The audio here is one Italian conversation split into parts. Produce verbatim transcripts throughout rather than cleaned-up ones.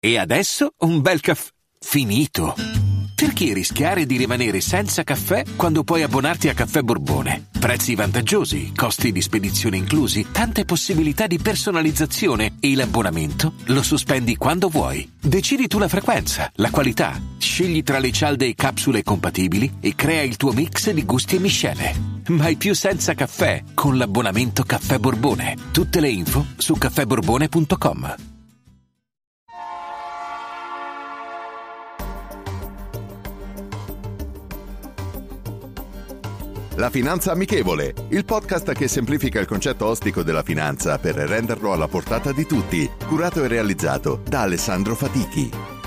E adesso un bel caffè finito. Perché rischiare di rimanere senza caffè quando puoi abbonarti a Caffè Borbone? Prezzi vantaggiosi, costi di spedizione inclusi, tante possibilità di personalizzazione e l'abbonamento lo sospendi quando vuoi. Decidi tu la frequenza, la qualità, scegli tra le cialde e capsule compatibili e crea il tuo mix di gusti e miscele. Mai più senza caffè con l'abbonamento Caffè Borbone. Tutte le info su caffè borbone punto com. La Finanza Amichevole, il podcast che semplifica il concetto ostico della finanza per renderlo alla portata di tutti, curato e realizzato da Alessandro Fatichi.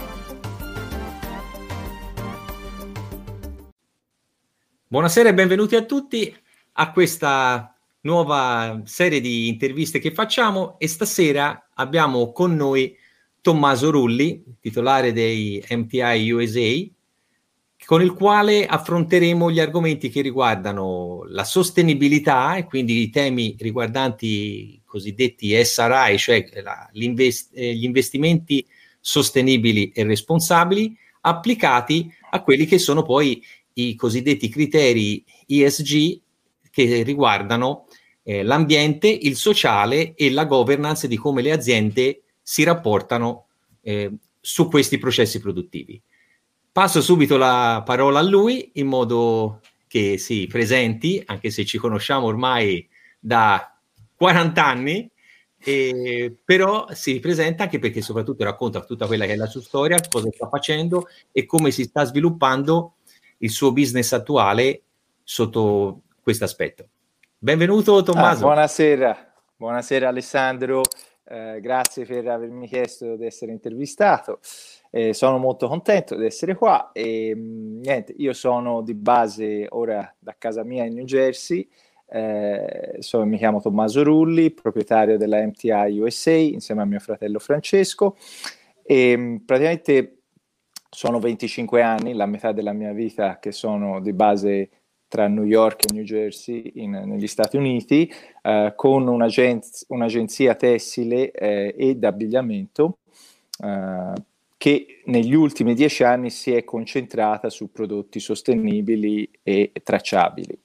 Buonasera e benvenuti a tutti a questa nuova serie di interviste che facciamo, e stasera abbiamo con noi Tommaso Rulli, titolare dei M T I U S A, con il quale affronteremo gli argomenti che riguardano la sostenibilità e quindi i temi riguardanti i cosiddetti S R I, cioè la, l'invest- eh, gli investimenti sostenibili e responsabili, applicati a quelli che sono poi i cosiddetti criteri E S G che riguardano eh, l'ambiente, il sociale e la governance di come le aziende si rapportano eh, su questi processi produttivi. Passo subito la parola a lui in modo che si presenti, anche se ci conosciamo ormai da quaranta anni, e però si presenta anche perché soprattutto racconta tutta quella che è la sua storia, cosa sta facendo e come si sta sviluppando il suo business attuale sotto questo aspetto. Benvenuto Tommaso. Ah, buonasera, buonasera Alessandro, eh, grazie per avermi chiesto di essere intervistato. Eh, sono molto contento di essere qua e mh, niente, io sono di base ora da casa mia in New Jersey, eh, so, mi chiamo Tommaso Rulli, proprietario della M T I U S A insieme a mio fratello Francesco e mh, praticamente sono venticinque anni, la metà della mia vita che sono di base tra New York e New Jersey in, negli Stati Uniti, eh, con un'agenz- un'agenzia tessile eh, ed abbigliamento eh, che negli ultimi dieci anni si è concentrata su prodotti sostenibili e tracciabili.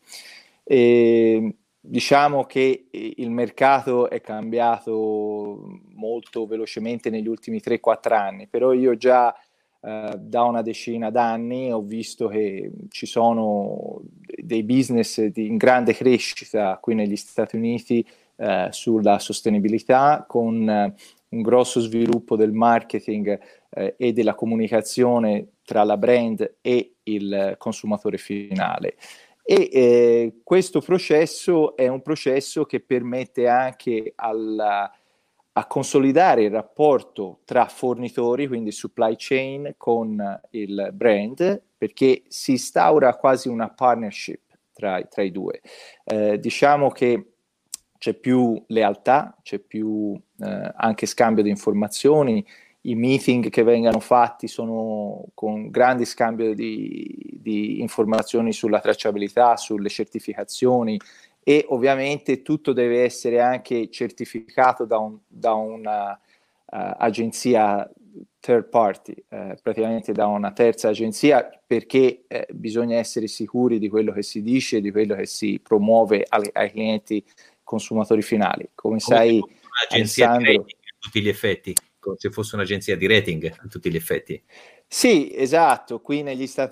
E diciamo che il mercato è cambiato molto velocemente negli ultimi tre quattro anni, però io già Uh, da una decina d'anni ho visto che ci sono dei business di, in grande crescita qui negli Stati Uniti uh, sulla sostenibilità, con uh, un grosso sviluppo del marketing uh, e della comunicazione tra la brand e il consumatore finale. E eh, questo processo è un processo che permette anche alla a consolidare il rapporto tra fornitori, quindi supply chain, con il brand, perché si instaura quasi una partnership tra, tra i due. Eh, diciamo che c'è più lealtà, c'è più eh, anche scambio di informazioni, i meeting che vengono fatti sono con grande scambio di, di informazioni sulla tracciabilità, sulle certificazioni, e ovviamente tutto deve essere anche certificato da, un, da una uh, agenzia third party, eh, praticamente da una terza agenzia, perché eh, bisogna essere sicuri di quello che si dice e di quello che si promuove ai, ai clienti consumatori finali. Come, Come sai, Alessandro, a tutti gli effetti, come se fosse un'agenzia di rating a tutti gli effetti. Sì, esatto. Qui negli Stati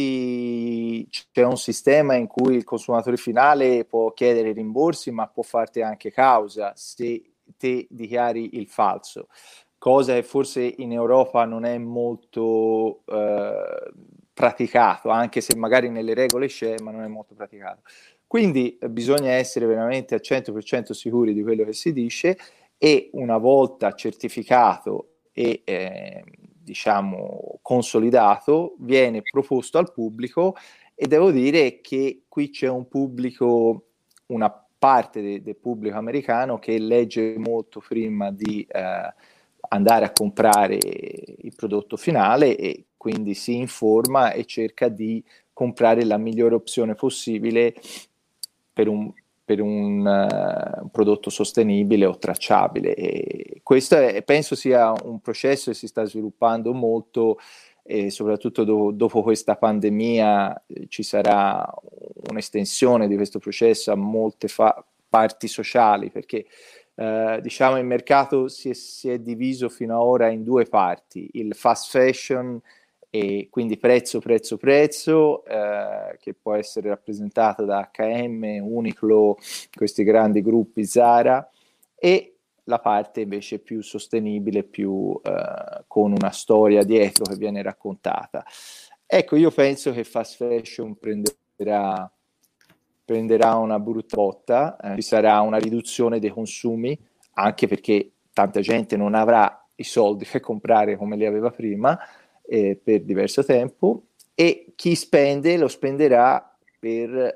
Uniti c'è un sistema in cui il consumatore finale può chiedere rimborsi, ma può farti anche causa se te dichiari il falso, cosa che forse in Europa non è molto eh, praticato, anche se magari nelle regole c'è, ma non è molto praticato. Quindi eh, bisogna essere veramente al cento per cento sicuri di quello che si dice, e una volta certificato e eh, diciamo consolidato viene proposto al pubblico, e devo dire che qui c'è un pubblico, una parte de- del pubblico americano che legge molto prima di eh, andare a comprare il prodotto finale, e quindi si informa e cerca di comprare la migliore opzione possibile per un per un, uh, un prodotto sostenibile o tracciabile. E questo è, penso sia un processo che si sta sviluppando molto, e soprattutto do, dopo questa pandemia eh, ci sarà un'estensione di questo processo a molte fa- parti sociali, perché eh, diciamo il mercato si è, si è diviso fino ad ora in due parti: il fast fashion, e quindi prezzo, prezzo, prezzo, eh, che può essere rappresentato da acca e emme, Uniqlo, questi grandi gruppi, Zara, e la parte invece più sostenibile, più eh, con una storia dietro che viene raccontata. Ecco, io penso che fast fashion prenderà, prenderà una brutta botta, eh, ci sarà una riduzione dei consumi, anche perché tanta gente non avrà i soldi per comprare come li aveva prima, eh, per diverso tempo, e chi spende lo spenderà per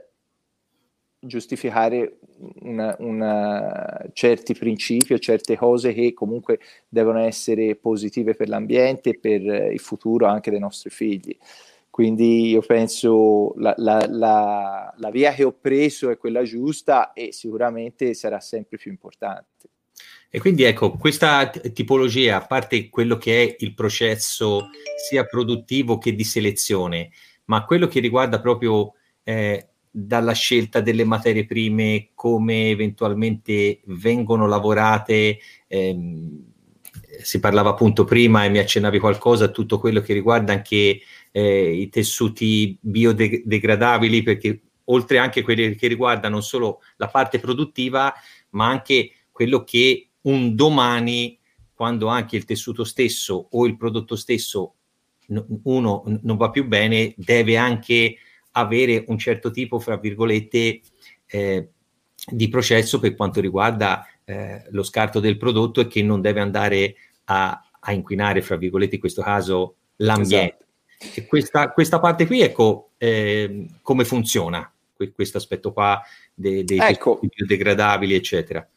giustificare una, una, certi principi o certe cose che comunque devono essere positive per l'ambiente e per il futuro anche dei nostri figli. Quindi io penso la, la, la, la via che ho preso è quella giusta e sicuramente sarà sempre più importante. E quindi ecco, questa tipologia, a parte quello che è il processo sia produttivo che di selezione, ma quello che riguarda proprio eh, dalla scelta delle materie prime, come eventualmente vengono lavorate, ehm, si parlava appunto prima e mi accennavi qualcosa, tutto quello che riguarda anche eh, i tessuti biodegradabili, perché oltre anche quelli che riguardano non solo la parte produttiva, ma anche quello che un domani, quando anche il tessuto stesso o il prodotto stesso no, uno non va più bene, deve anche avere un certo tipo, fra virgolette, eh, di processo per quanto riguarda eh, lo scarto del prodotto, e che non deve andare a, a inquinare, fra virgolette, in questo caso l'ambiente. Esatto. E questa, questa parte qui, ecco, eh, come funziona questo aspetto qua dei, dei ecco. tessuti biodegradabili, eccetera.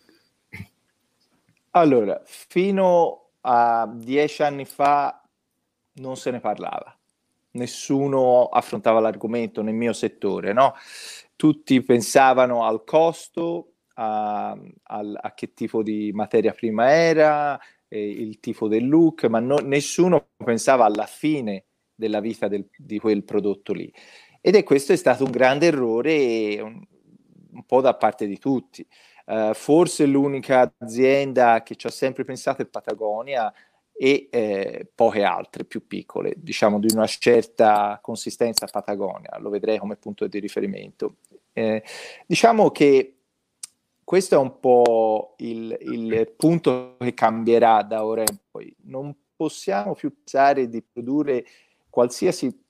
Allora, fino a dieci anni fa non se ne parlava, nessuno affrontava l'argomento nel mio settore, no? Tutti pensavano al costo, a, a, a che tipo di materia prima era, eh, il tipo del look, ma no, nessuno pensava alla fine della vita del, di quel prodotto lì. Ed è questo è stato un grande errore, un, un po' da parte di tutti. Uh, forse l'unica azienda che ci ha sempre pensato è Patagonia, e eh, poche altre più piccole, diciamo di una certa consistenza. Patagonia lo vedrei come punto di riferimento. Eh, diciamo che questo è un po' il, il punto che cambierà da ora in poi. Non possiamo più pensare di produrre qualsiasi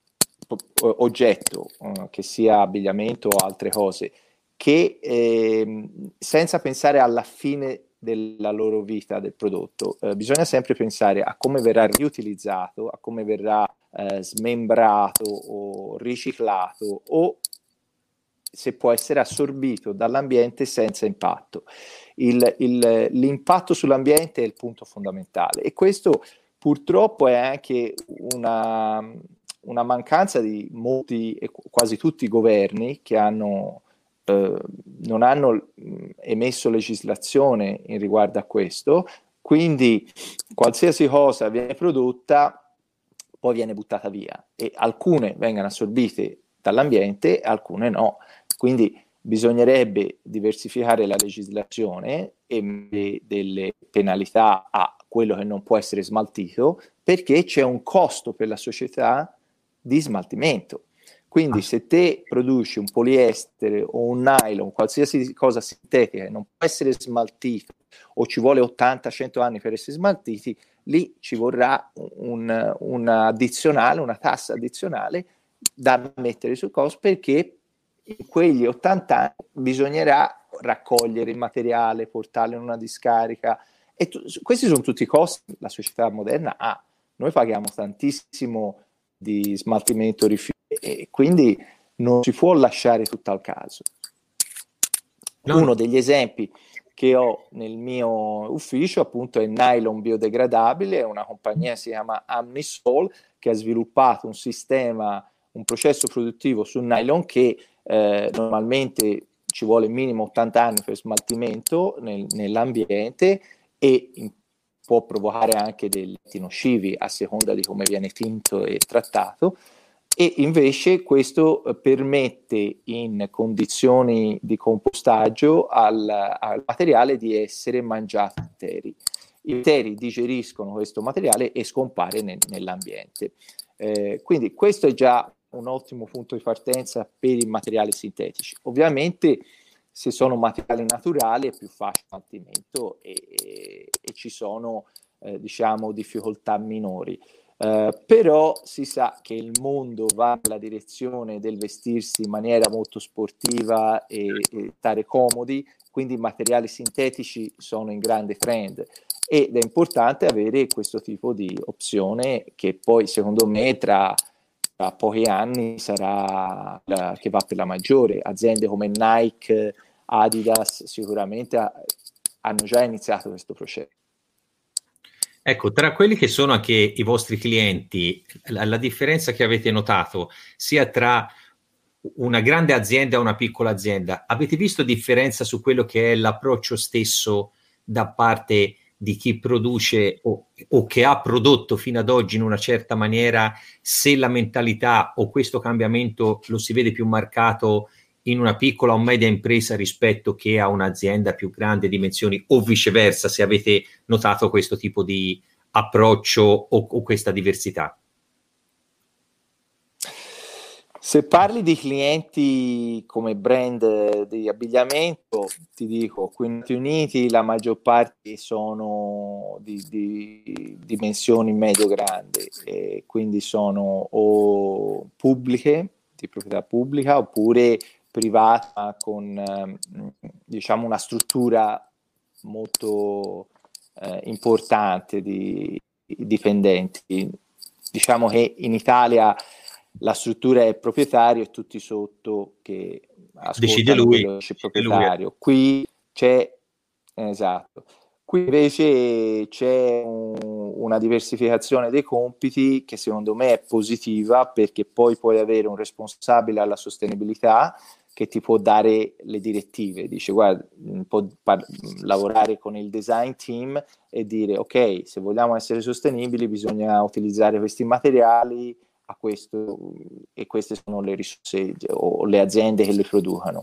oggetto, uh, che sia abbigliamento o altre cose, che eh, senza pensare alla fine della loro vita del prodotto. Eh, bisogna sempre pensare a come verrà riutilizzato, a come verrà eh, smembrato o riciclato, o se può essere assorbito dall'ambiente senza impatto. Il, il, l'impatto sull'ambiente è il punto fondamentale, e questo purtroppo è anche una, una mancanza di molti e quasi tutti i governi che hanno Uh, non hanno mh, emesso legislazione in riguardo a questo, quindi qualsiasi cosa viene prodotta poi viene buttata via, e alcune vengono assorbite dall'ambiente, alcune no. Quindi bisognerebbe diversificare la legislazione e delle penalità a quello che non può essere smaltito, perché c'è un costo per la società di smaltimento. Quindi se te produci un poliestere o un nylon, qualsiasi cosa sintetica che non può essere smaltito, o ci vuole ottanta cento anni per essere smaltiti, lì ci vorrà un, un addizionale, una tassa addizionale da mettere sul costo, perché in quegli ottanta anni bisognerà raccogliere il materiale, portarlo in una discarica, e tu, questi sono tutti i costi che la società moderna ha. Noi paghiamo tantissimo di smaltimento rifiuti, e quindi non si può lasciare tutto al caso. No. Uno degli esempi che ho nel mio ufficio appunto è il nylon biodegradabile, è una compagnia che si chiama Amnisol, che ha sviluppato un sistema, un processo produttivo sul nylon che eh, normalmente ci vuole minimo ottanta anni per smaltimento nel, nell'ambiente e in, può provocare anche degli atti nocivi a seconda di come viene tinto e trattato, e invece questo permette in condizioni di compostaggio al, al materiale di essere mangiato interi. I batteri digeriscono questo materiale e scompare nel, nell'ambiente. Eh, quindi questo è già un ottimo punto di partenza per i materiali sintetici. Ovviamente se sono materiali naturali è più facile il smaltimento e, e, e ci sono eh, diciamo difficoltà minori. Uh, però si sa che il mondo va nella direzione del vestirsi in maniera molto sportiva e, e stare comodi, quindi i materiali sintetici sono in grande trend ed è importante avere questo tipo di opzione che poi secondo me tra, tra pochi anni sarà la, che va per la maggiore. Aziende come Nike, Adidas sicuramente ha, hanno già iniziato questo processo. Ecco, tra quelli che sono anche i vostri clienti, la, la differenza che avete notato sia tra una grande azienda e una piccola azienda, avete visto differenza su quello che è l'approccio stesso da parte di chi produce o, o che ha prodotto fino ad oggi in una certa maniera, se la mentalità o questo cambiamento lo si vede più marcato in una piccola o media impresa rispetto che a un'azienda più grande dimensioni, o viceversa, se avete notato questo tipo di approccio o, o questa diversità? Se parli di clienti come brand di abbigliamento, ti dico, qui negli Stati Uniti la maggior parte sono di, di dimensioni medio-grandi, e quindi sono o pubbliche, di proprietà pubblica, oppure privata con diciamo una struttura molto eh, importante di, di dipendenti. Diciamo che in Italia la struttura è proprietario e tutti sotto che decide ascoltano lui, quello che c'è proprietario. Qui c'è, esatto, qui invece c'è un, una diversificazione dei compiti che secondo me è positiva, perché poi puoi avere un responsabile alla sostenibilità che ti può dare le direttive, dice guarda, può par- lavorare con il design team e dire ok, se vogliamo essere sostenibili bisogna utilizzare questi materiali a questo, e queste sono le risorse o le aziende che le producono.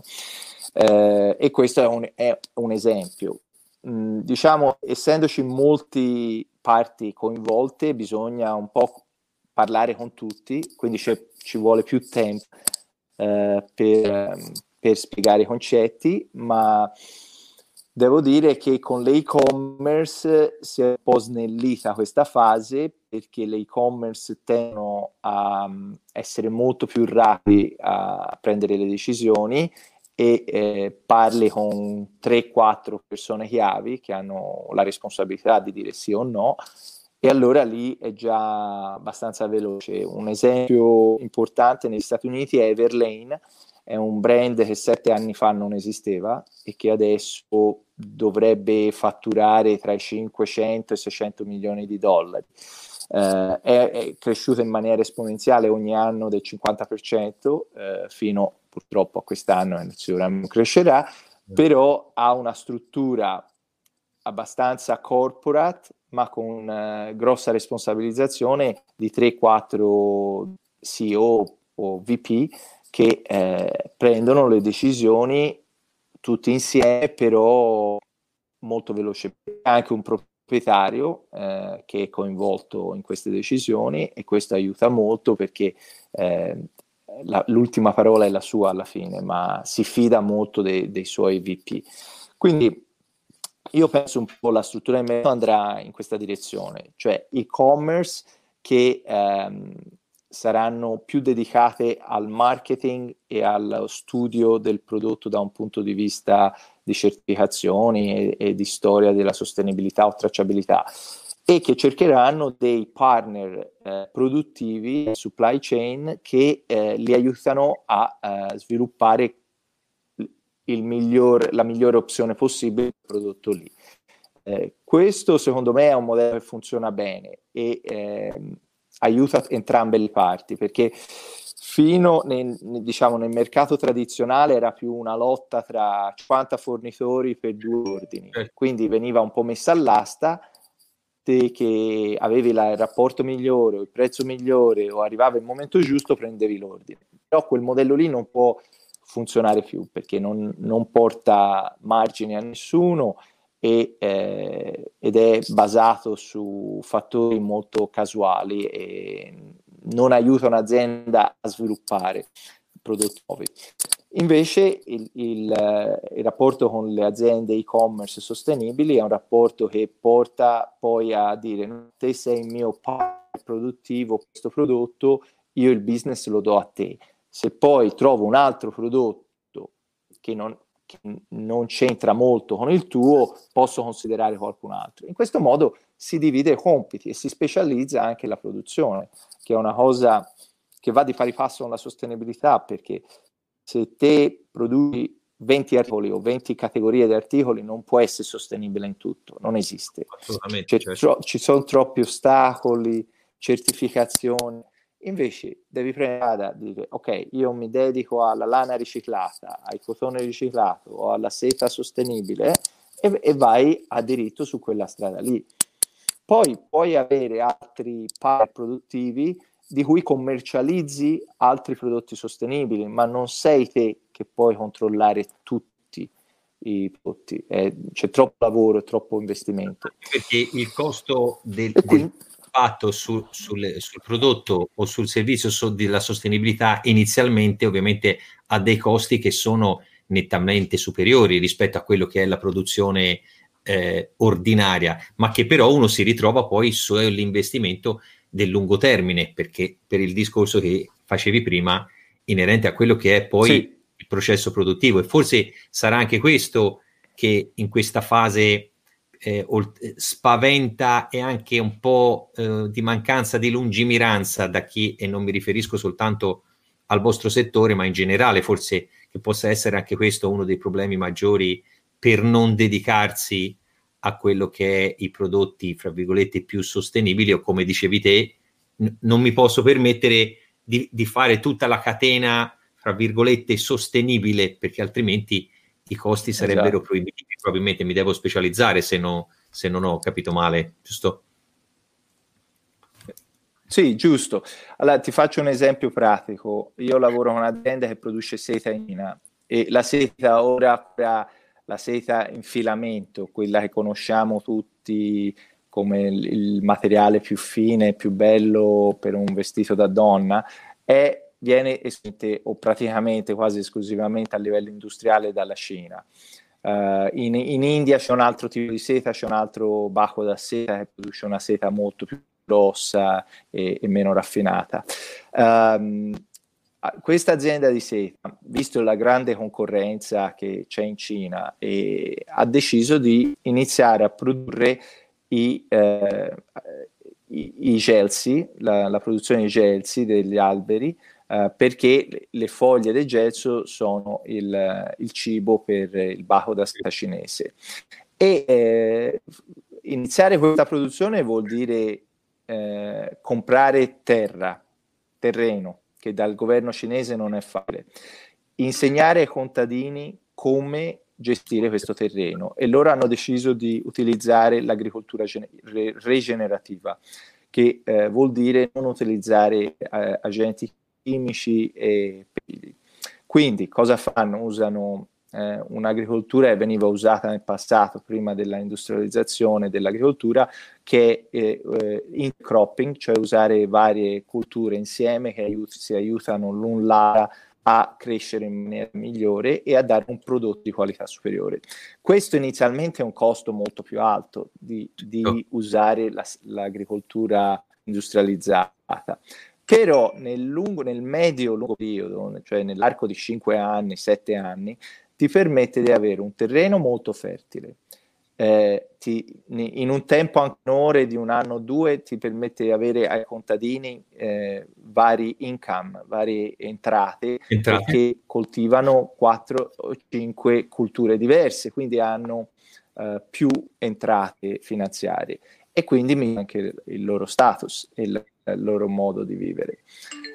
Eh, e questo è un, è un esempio. Mm, diciamo, essendoci molti parti coinvolte, bisogna un po' parlare con tutti, quindi ci vuole più tempo eh, per, per spiegare i concetti, ma devo dire che con l'e-commerce si è un po' snellita questa fase, perché l'e-commerce tendono a essere molto più rapidi a prendere le decisioni e eh, parli con tre quattro persone chiavi che hanno la responsabilità di dire sì o no, e allora lì è già abbastanza veloce. Un esempio importante negli Stati Uniti è Everlane, è un brand che sette anni fa non esisteva e che adesso dovrebbe fatturare tra i cinquecento e i seicento milioni di dollari. Eh, è, è cresciuto in maniera esponenziale ogni anno del cinquanta per cento, eh, fino purtroppo a quest'anno e sicuramente crescerà, però ha una struttura abbastanza corporate, ma con uh, grossa responsabilizzazione di tre quattro C E O o V P che eh, prendono le decisioni tutti insieme, però molto velocemente. Anche un proprietario eh, che è coinvolto in queste decisioni, e questo aiuta molto perché eh, la, l'ultima parola è la sua alla fine, ma si fida molto de, dei suoi V P. Quindi io penso un po' la struttura di mercato andrà in questa direzione, cioè e-commerce che ehm, saranno più dedicate al marketing e allo studio del prodotto da un punto di vista di certificazioni e, e di storia della sostenibilità o tracciabilità, e che cercheranno dei partner eh, produttivi, supply chain, che eh, li aiutano a eh, sviluppare il miglior, la migliore opzione possibile del prodotto lì. Eh, questo secondo me è un modello che funziona bene e eh, aiuta entrambe le parti, perché fino nel, diciamo, nel mercato tradizionale era più una lotta tra cinquanta fornitori per due ordini, quindi veniva un po' messa all'asta, te che avevi la, il rapporto migliore o il prezzo migliore o arrivava il momento giusto prendevi l'ordine, però quel modello lì non può funzionare più perché non, non porta margini a nessuno e, eh, ed è basato su fattori molto casuali e non aiuta un'azienda a sviluppare prodotti nuovi. Invece il, il, il rapporto con le aziende e-commerce sostenibili è un rapporto che porta poi a dire: te sei il mio partner produttivo, questo prodotto, io il business lo do a te. Se poi trovo un altro prodotto che non, che non c'entra molto con il tuo, posso considerare qualcun altro. In questo modo si divide i compiti e si specializza anche la produzione, che è una cosa che va di pari passo con la sostenibilità, perché se te produci venti articoli o venti categorie di articoli non può essere sostenibile in tutto, non esiste. Assolutamente, certo. Tro- ci sono troppi ostacoli, certificazioni. Invece devi prendere a dire: ok, io mi dedico alla lana riciclata, al cotone riciclato o alla seta sostenibile e, e vai a diritto su quella strada lì. Poi puoi avere altri partner produttivi di cui commercializzi altri prodotti sostenibili, ma non sei te che puoi controllare tutti i prodotti. Eh, c'è troppo lavoro e troppo investimento. Perché il costo del, quindi, del fatto su, sul, sul prodotto o sul servizio so, della sostenibilità inizialmente ovviamente ha dei costi che sono nettamente superiori rispetto a quello che è la produzione eh, ordinaria, ma che però uno si ritrova poi sull'investimento del lungo termine, perché per il discorso che facevi prima inerente a quello che è poi sì. il processo produttivo, e forse sarà anche questo che in questa fase eh, spaventa e anche un po' eh, di mancanza di lungimiranza da chi, e non mi riferisco soltanto al vostro settore ma in generale, forse che possa essere anche questo uno dei problemi maggiori per non dedicarsi a quello che è i prodotti, fra virgolette, più sostenibili, o come dicevi te, n- non mi posso permettere di, di fare tutta la catena, fra virgolette, sostenibile, perché altrimenti i costi sarebbero esatto. proibitivi, probabilmente mi devo specializzare se, no, se non ho capito male, giusto? Sì, giusto. Allora ti faccio un esempio pratico. Io lavoro con un'azienda che produce seta in Cina e la seta ora la seta in filamento, quella che conosciamo tutti come il materiale più fine, più bello per un vestito da donna, è, viene esclusivamente o praticamente quasi esclusivamente a livello industriale dalla Cina. Uh, in, in India c'è un altro tipo di seta, c'è un altro baco da seta che produce una seta molto più grossa e, e meno raffinata. Um, questa azienda di seta, visto la grande concorrenza che c'è in Cina, e ha deciso di iniziare a produrre i, eh, i, i gelsi, la, la produzione di gelsi degli alberi, eh, perché le, le foglie del gelso sono il, il cibo per il baco da seta cinese. E eh, iniziare questa produzione vuol dire eh, comprare terra, terreno, che dal governo cinese non è facile, insegnare ai contadini come gestire questo terreno, e loro hanno deciso di utilizzare l'agricoltura gene- re- regenerativa, che eh, vuol dire non utilizzare eh, agenti chimici e pesticidi. Quindi cosa fanno? Usano eh, un'agricoltura che veniva usata nel passato, prima della industrializzazione dell'agricoltura, che è eh, intercropping, cioè usare varie culture insieme che aiut- si aiutano l'un l'altra a crescere in maniera migliore e a dare un prodotto di qualità superiore. Questo inizialmente è un costo molto più alto di, di oh. usare la, l'agricoltura industrializzata, però nel lungo, nel medio-lungo periodo, cioè nell'arco di cinque anni, sette anni, ti permette di avere un terreno molto fertile. Eh, ti, in un tempo anche minore di un anno o due ti permette di avere ai contadini eh, vari income, varie entrate, entrate, perché coltivano quattro o cinque culture diverse, quindi hanno eh, più entrate finanziarie e quindi anche il loro status e il, il loro modo di vivere.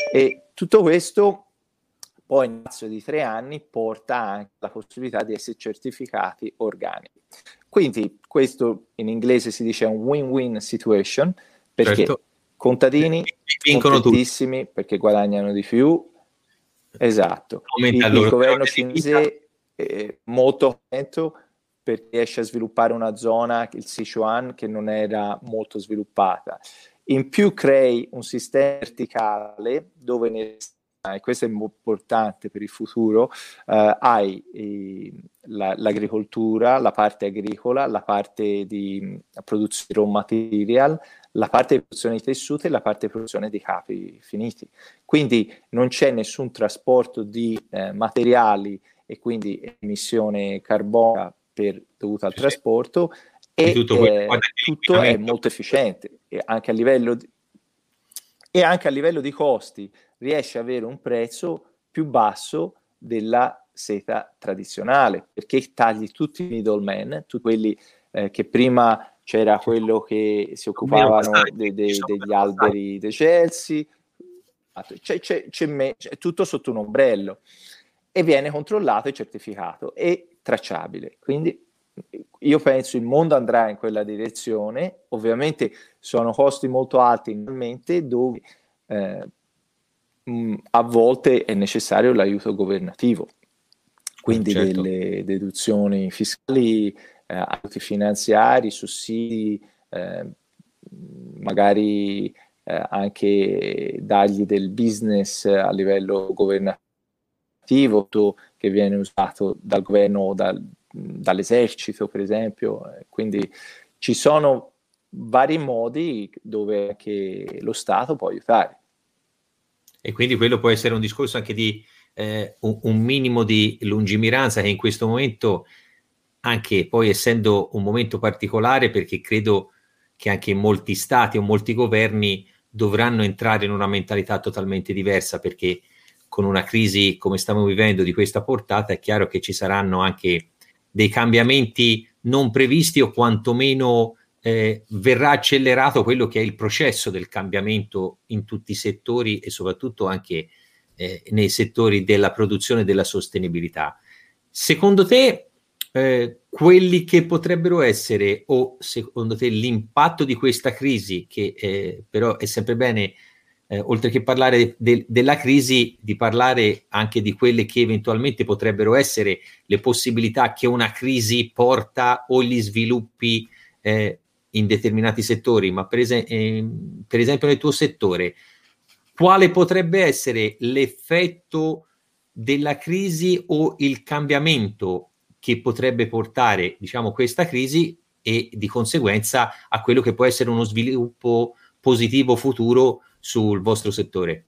E tutto questo poi in arco di tre anni porta anche la possibilità di essere certificati organici. Quindi questo in inglese si dice un win-win situation, perché certo. contadini Vincono contentissimi tutti, perché guadagnano di più, esatto. Il, il, il governo cinese è molto contento perché riesce a sviluppare una zona, il Sichuan, che non era molto sviluppata. In più crei un sistema verticale dove ne e questo è molto importante per il futuro, eh, hai eh, la, l'agricoltura, la parte agricola, la parte di produzione di raw material, la parte di produzione di tessuti e la parte di produzione di capi finiti. Quindi non c'è nessun trasporto di eh, materiali e quindi emissione carbonica per, dovuta al trasporto, e tutto, eh, tutto è molto efficiente, e anche a livello di, e anche a livello di costi riesce ad avere un prezzo più basso della seta tradizionale, perché tagli tutti i middleman, tutti quelli eh, che prima c'era quello che si occupavano de, de, degli alberi dei Chelsea, c'è, c'è, c'è, me, c'è tutto sotto un ombrello e viene controllato e certificato e tracciabile. Quindi io penso il mondo andrà in quella direzione. Ovviamente sono costi molto alti inizialmente, dove eh, mh, a volte è necessario l'aiuto governativo, quindi certo. delle deduzioni fiscali, eh, aiuti finanziari, sussidi, eh, magari eh, anche dargli del business a livello governativo che viene usato dal governo o dal dall'esercito, per esempio. Quindi ci sono vari modi dove anche lo Stato può aiutare. E quindi quello può essere un discorso anche di eh, un, un minimo di lungimiranza, che in questo momento, anche poi essendo un momento particolare, perché credo che anche in molti stati o molti governi dovranno entrare in una mentalità totalmente diversa, perché con una crisi come stiamo vivendo di questa portata è chiaro che ci saranno anche dei cambiamenti non previsti, o quantomeno eh, verrà accelerato quello che è il processo del cambiamento in tutti i settori, e soprattutto anche eh, nei settori della produzione e della sostenibilità. Secondo te eh, quelli che potrebbero essere, o secondo te l'impatto di questa crisi, che eh, però è sempre bene, Eh, oltre che parlare de- de- della crisi, di parlare anche di quelle che eventualmente potrebbero essere le possibilità che una crisi porta, o gli sviluppi eh, in determinati settori. Ma per, es- eh, per esempio nel tuo settore, quale potrebbe essere l'effetto della crisi o il cambiamento che potrebbe portare, diciamo, questa crisi, e di conseguenza a quello che può essere uno sviluppo positivo futuro sul vostro settore?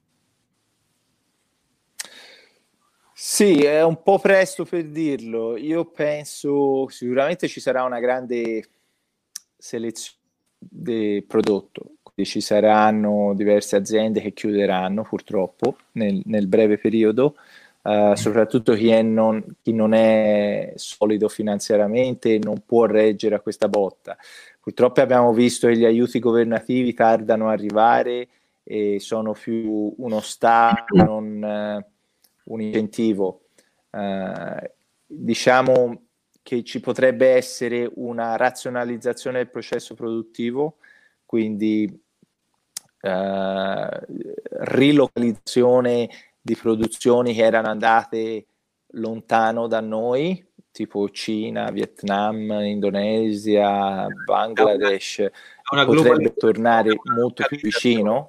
Sì, è un po' presto per dirlo. Io penso sicuramente ci sarà una grande selezione di prodotto, quindi ci saranno diverse aziende che chiuderanno purtroppo nel, nel breve periodo, uh, soprattutto chi, è non, chi non è solido finanziariamente non può reggere a questa botta. Purtroppo abbiamo visto che gli aiuti governativi tardano a arrivare e sono più uno stato, non uh, un incentivo. Uh, diciamo che ci potrebbe essere una razionalizzazione del processo produttivo, quindi uh, rilocalizzazione di produzioni che erano andate lontano da noi, tipo Cina, Vietnam, Indonesia, Bangladesh, una, una potrebbe tornare molto più vicino.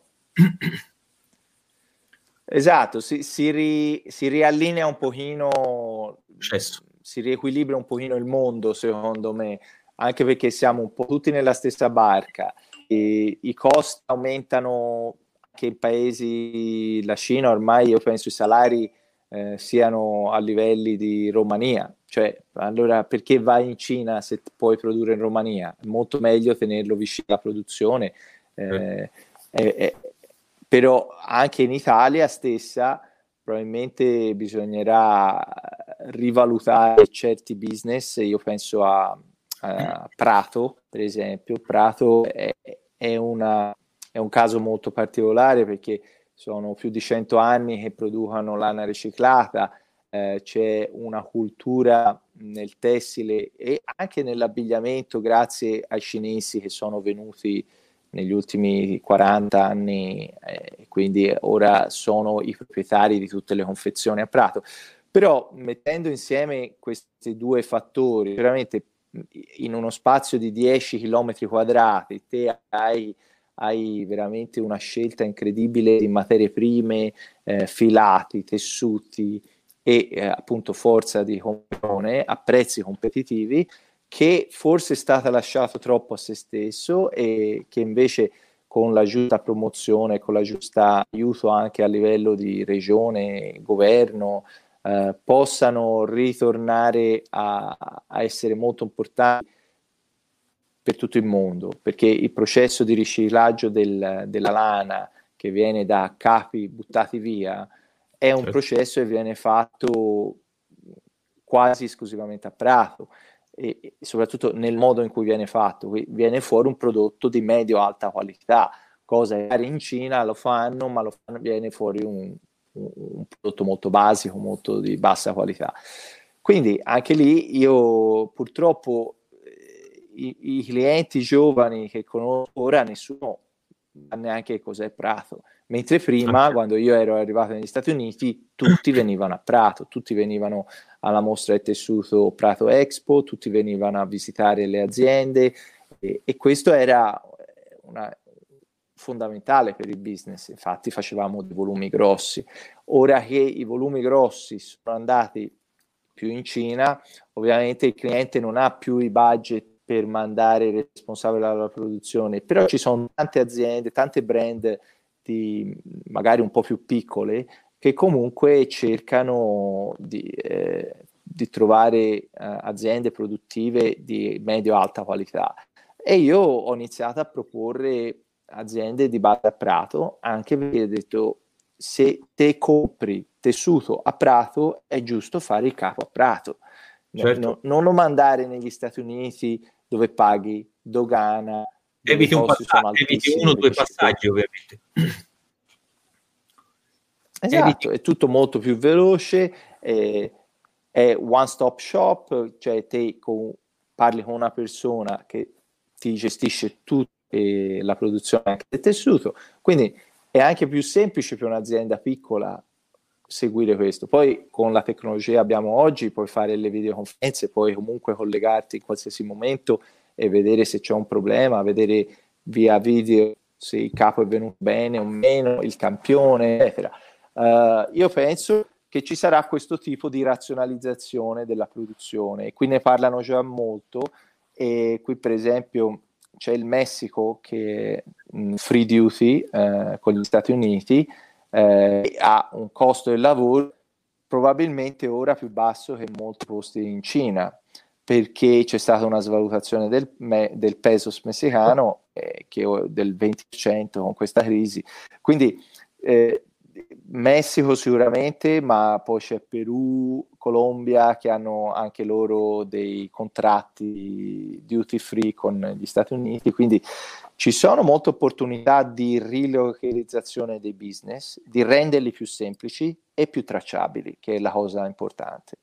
Esatto, si, si, ri, si riallinea un pochino, Cesso. si riequilibra un pochino il mondo, secondo me, anche perché siamo un po' tutti nella stessa barca, e i costi aumentano anche in paesi, la Cina ormai io penso i salari eh, siano a livelli di Romania, cioè allora perché vai in Cina se puoi produrre in Romania? È molto meglio tenerlo vicino alla produzione. Eh, eh. eh, però anche in Italia stessa probabilmente bisognerà rivalutare certi business. Io penso a, a Prato, per esempio. Prato è, è, una, è un caso molto particolare perché sono più di cento anni che producono lana riciclata, eh, c'è una cultura nel tessile e anche nell'abbigliamento grazie ai cinesi che sono venuti negli ultimi quaranta anni, eh, quindi ora sono i proprietari di tutte le confezioni a Prato. Però mettendo insieme questi due fattori, veramente in uno spazio di dieci chilometri quadrati, te hai, hai veramente una scelta incredibile di materie prime, eh, filati, tessuti e eh, appunto forza di confezione a prezzi competitivi, che forse è stata lasciata troppo a se stesso e che invece con la giusta promozione, con la giusta aiuto anche a livello di regione, governo, eh, possano ritornare a, a essere molto importanti per tutto il mondo, perché il processo di riciclaggio del, della lana che viene da capi buttati via è un certo. processo che viene fatto quasi esclusivamente a Prato e, e soprattutto nel modo in cui viene fatto, viene fuori un prodotto di medio-alta qualità, cosa che in Cina lo fanno, ma lo fanno, viene fuori un, un, un prodotto molto basico, molto di bassa qualità. Quindi anche lì io purtroppo I, i clienti giovani che conosco ora nessuno sa neanche cos'è Prato, mentre prima okay. quando io ero arrivato negli Stati Uniti tutti venivano a Prato, tutti venivano alla mostra del tessuto Prato Expo, tutti venivano a visitare le aziende e, e questo era una, fondamentale per il business, infatti facevamo dei volumi grossi. Ora che i volumi grossi sono andati più in Cina, ovviamente il cliente non ha più i budget per mandare il responsabile alla produzione, però ci sono tante aziende, tante brand di, magari un po' più piccole che comunque cercano di, eh, di trovare eh, aziende produttive di medio-alta qualità e io ho iniziato a proporre aziende di base a Prato, anche perché ho detto se te compri tessuto a Prato è giusto fare il capo a Prato, certo. no, non lo mandare negli Stati Uniti dove paghi dogana, dove eviti, un passaggio, eviti uno o due passaggi ovviamente. Esatto, eviti. È tutto molto più veloce, è, è one stop shop, cioè te con, parli con una persona che ti gestisce tutta la produzione anche del tessuto, quindi è anche più semplice per un'azienda piccola seguire questo. Poi con la tecnologia che abbiamo oggi puoi fare le videoconferenze, puoi comunque collegarti in qualsiasi momento e vedere se c'è un problema, vedere via video se il capo è venuto bene o meno, il campione, eccetera. Uh, io penso che ci sarà questo tipo di razionalizzazione della produzione, qui ne parlano già molto e qui per esempio c'è il Messico che è mh, free duty eh, con gli Stati Uniti, Eh, ha un costo del lavoro probabilmente ora più basso che molti posti in Cina, perché c'è stata una svalutazione del, me, del pesos messicano eh, che del venti per cento con questa crisi, quindi eh, Messico sicuramente, ma poi c'è Perù, Colombia che hanno anche loro dei contratti duty free con gli Stati Uniti, quindi ci sono molte opportunità di rilocalizzazione dei business, di renderli più semplici e più tracciabili, che è la cosa importante.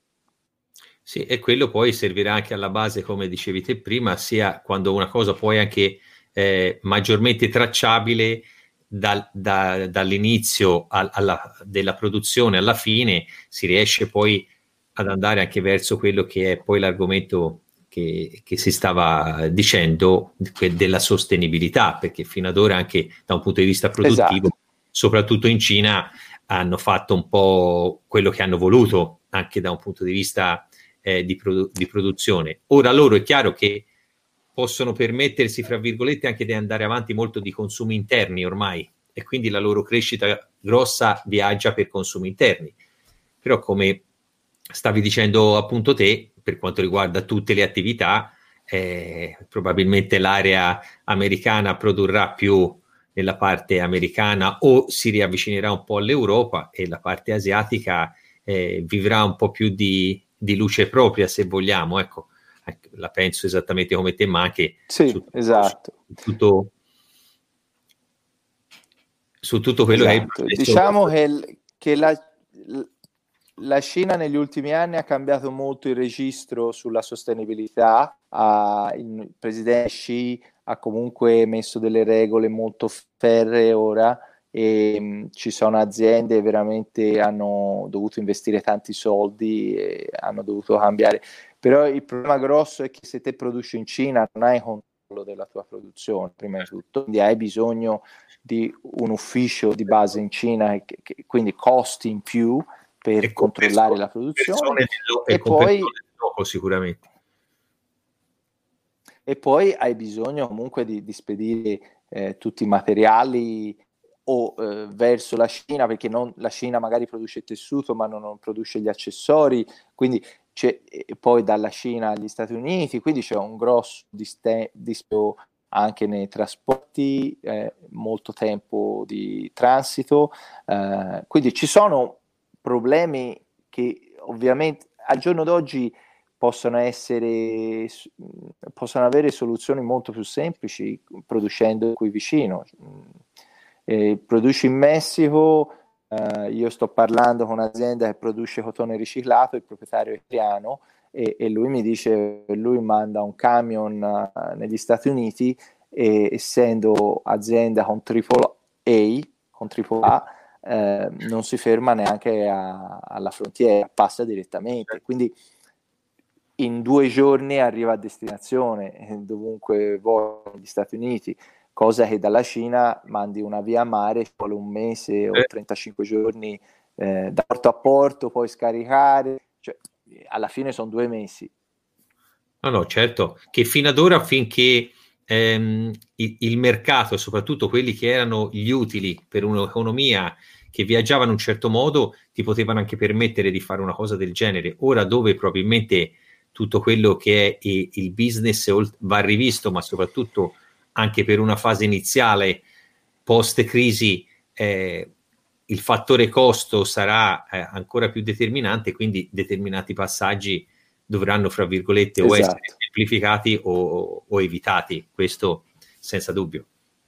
Sì, e quello poi servirà anche alla base, come dicevi te prima, sia quando una cosa poi è anche eh, maggiormente tracciabile dal, da, dall'inizio al, alla, della produzione alla fine, si riesce poi ad andare anche verso quello che è poi l'argomento Che, che si stava dicendo della sostenibilità, perché fino ad ora anche da un punto di vista produttivo, esatto. soprattutto in Cina, hanno fatto un po' quello che hanno voluto anche da un punto di vista eh, di, produ- di produzione. Ora loro è chiaro che possono permettersi, fra virgolette, anche di andare avanti molto di consumi interni ormai, e quindi la loro crescita grossa viaggia per consumi interni. Però come stavi dicendo appunto te, per quanto riguarda tutte le attività, eh, probabilmente l'area americana produrrà più nella parte americana o si riavvicinerà un po' all'Europa, e la parte asiatica eh, vivrà un po' più di, di luce propria, se vogliamo. Ecco, la penso esattamente come te, ma anche sì, su, esatto. su tutto. su tutto quello esatto. che è il processo. Diciamo che, che la, la Cina negli ultimi anni ha cambiato molto il registro sulla sostenibilità. Uh, il presidente Xi ha comunque messo delle regole molto ferree ora, e mh, ci sono aziende veramente hanno dovuto investire tanti soldi e hanno dovuto cambiare. Però il problema grosso è che se te produci in Cina non hai controllo della tua produzione, prima di tutto, quindi hai bisogno di un ufficio di base in Cina, che, che, quindi costi in più per e controllare la produzione, e, e poi gioco, sicuramente. E poi hai bisogno comunque di, di spedire eh, tutti i materiali o eh, verso la Cina, perché non, la Cina magari produce il tessuto ma non, non produce gli accessori, quindi c'è, e poi dalla Cina agli Stati Uniti, quindi c'è un grosso dispio anche nei trasporti, eh, molto tempo di transito, eh, quindi ci sono problemi che ovviamente al giorno d'oggi possono essere, possono avere soluzioni molto più semplici producendo qui vicino. Eh, produci in Messico, eh, io sto parlando con un'azienda che produce cotone riciclato, il proprietario è italiano, e, e lui mi dice, lui manda un camion uh, negli Stati Uniti, e essendo azienda con tripla A, con tripla A, eh, non si ferma neanche a, alla frontiera, passa direttamente, quindi in due giorni arriva a destinazione dovunque vuole negli Stati Uniti, cosa che dalla Cina mandi una via mare, ci vuole un mese o trentacinque giorni eh, da porto a porto, poi scaricare, cioè, alla fine sono due mesi. No, no, certo, che fino ad ora, finché ehm, il, il mercato, soprattutto quelli che erano gli utili per un'economia che viaggiava in un certo modo, ti potevano anche permettere di fare una cosa del genere. Ora, dove probabilmente tutto quello che è il business va rivisto, ma soprattutto anche per una fase iniziale post-crisi, eh, il fattore costo sarà eh, ancora più determinante, quindi determinati passaggi dovranno, fra virgolette, o esatto. essere semplificati o, o evitati, questo senza dubbio.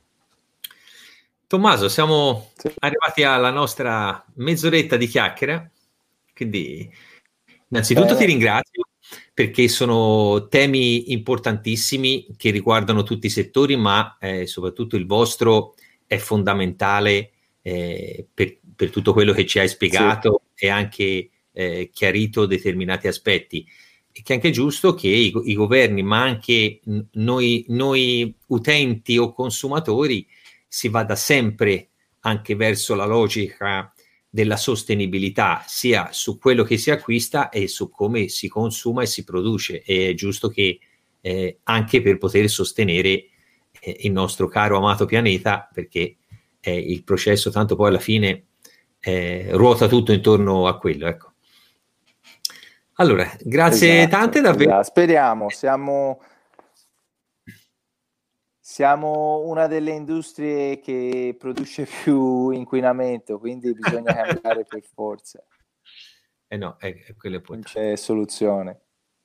Tommaso, siamo sì. arrivati alla nostra mezz'oretta di chiacchiera, quindi innanzitutto Bene. ti ringrazio, perché sono temi importantissimi che riguardano tutti i settori, ma eh, soprattutto il vostro è fondamentale eh, per, per tutto quello che ci hai spiegato sì. e anche eh, chiarito determinati aspetti. E che è anche giusto che i, i governi, ma anche noi, noi utenti o consumatori, si vada sempre anche verso la logica della sostenibilità, sia su quello che si acquista e su come si consuma e si produce. E è giusto che eh, anche per poter sostenere eh, il nostro caro amato pianeta, perché eh, il processo tanto poi alla fine eh, ruota tutto intorno a quello, ecco. Allora, grazie esatto, tante davvero. Esatto. Speriamo, siamo siamo una delle industrie che produce più inquinamento, quindi bisogna cambiare per forza. Eh no, è, è quello non c'è soluzione.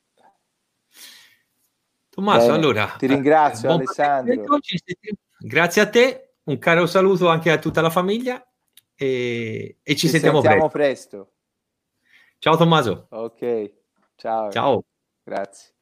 Tommaso, Bene, allora ti ringrazio eh, Alessandro. Grazie a te, un caro saluto anche a tutta la famiglia e, e ci, ci sentiamo, sentiamo presto. presto. Ciao Tommaso. Ok, ciao. Ciao. Grazie.